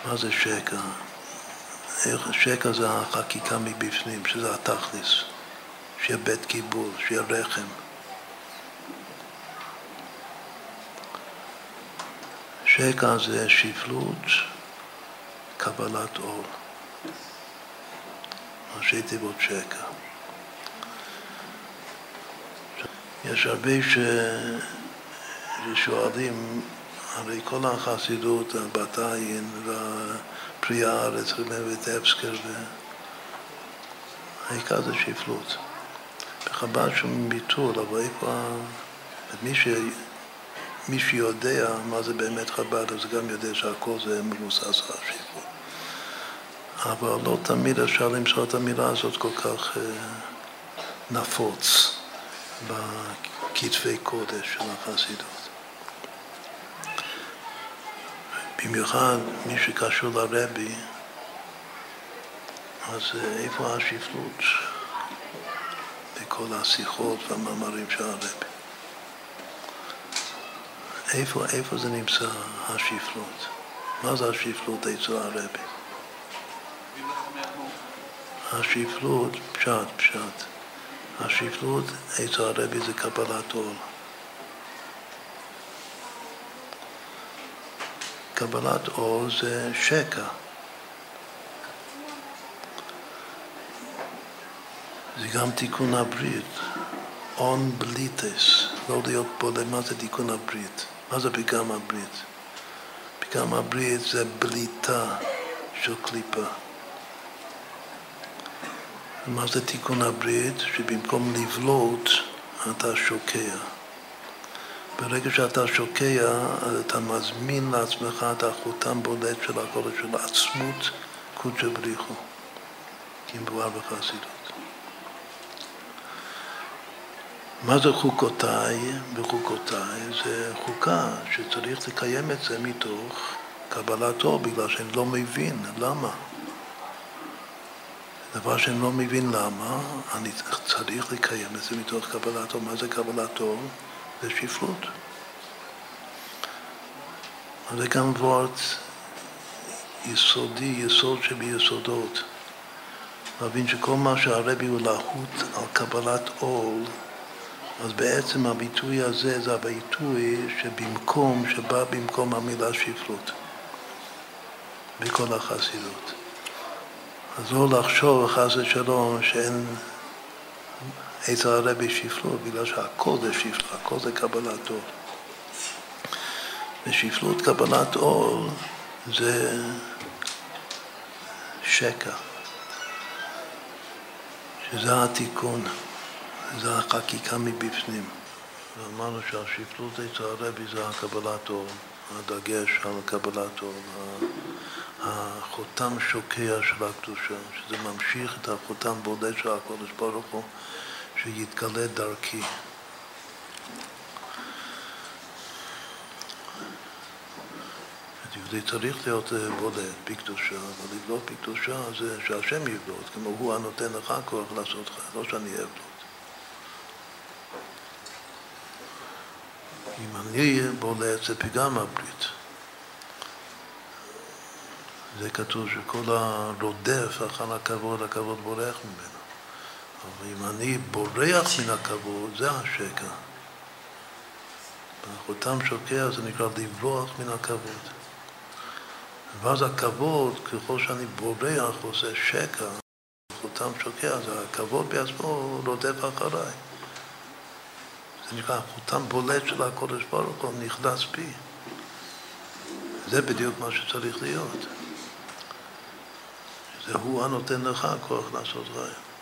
מה זה שקע? שקע זה החקיקה מבפנים, שזה התכלס. שיהיה בית קיבול, שיהיה רחם. שקע זה שפלות, קבלת עול. ראשי תיבות שקע. יש הרבה ששואלים, הרי כל החסידות, הבתאין והפרי הארץ וטבסקר, העיקר זה שפלות. בחב"ד שום ביטול, אבל איפה, מי שיודע מה זה באמת חב"ד, אז גם יודע שהכל זה מבוסס על שפלות. אבל לא תמיד אפשר למצוא את המילה הזאת כל כך נפוץ בכתבי קודש של החסידות. במיוחד מי שקשור לרבי, אז איפה השפלות בכל השיחות והמאמרים של הרבי? איפה זה נמצא השפלות? מה זה השפלות אצל הרבי? השפלות, פשט. השפלות אצל הרבי זה קבלת עול. קבלת עול זה שקע. זה גם תיקון הברית. און בליטס. לא להיות בולה. מה זה תיקון הברית? מה זה פגם הברית? פגם הברית זה בליטה של קליפה. מה זה תיקון הברית? שבמקום לבלוט, אתה שוקע. ברגע שאתה שוקע, אתה מזמין לעצמך את החותם בולט של הקודש, של עצמות קודשא בריחו, כמבואר בחסידות. מה זה חוקותיי? בחוקותיי זה חוקה שצריך לקיים את זה מתוך קבלת עול, בגלל שאני לא מבין למה. דבר שאני לא מבין למה, אני צריך לקיים את זה מתוך קבלת עול. מה זה קבלת עול? זה שפלות. זה גם וורט יסודי, יסוד שביסודות. להבין שכל מה שהרבי הוא להוט על קבלת עול, אז בעצם הביטוי הזה זה הביטוי שבא במקום המילה שפלות. בכל החסידות. אז לא לחשוב חס ושלום שאין אצל הרבי שפלות, בגלל שהכל זה שפלות, הכל זה קבלת עול. ושפלות קבלת עול זה שקע, שזה התיקון, זה החקיקה מבפנים. ואמרנו שהשפלות אצל הרבי זה הקבלת עול, הדגש על קבלת עול, החותם שוקע של הקדושה, שזה ממשיך את החותם בולט של הקודש ברוך הוא, שיתגלה דרכי. זה צריך להיות בולט בקדושה, אבל לבלוט בקדושה זה שהשם יבלוט, כמו הוא הנותן לך כוח לעשות לך, לא שאני אבלוט. אם אני בולט זה פגם הברית. זה כתוב שכל הרודף אחר הכבוד, הכבוד בורח ממנו. אבל אם אני בורח מן הכבוד, זה השקע. החותם שוקע זה נקרא לברוח מן הכבוד. ואז הכבוד, ככל שאני בורח, עושה שקע, חותם שוקע, זה הכבוד בעצמו רודף אחריי. זה נקרא חותם בולט של הקודש ברוך הוא, נכנס בי. זה בדיוק מה שצריך להיות. זה הוא הנותן לך כוח לעשות רע.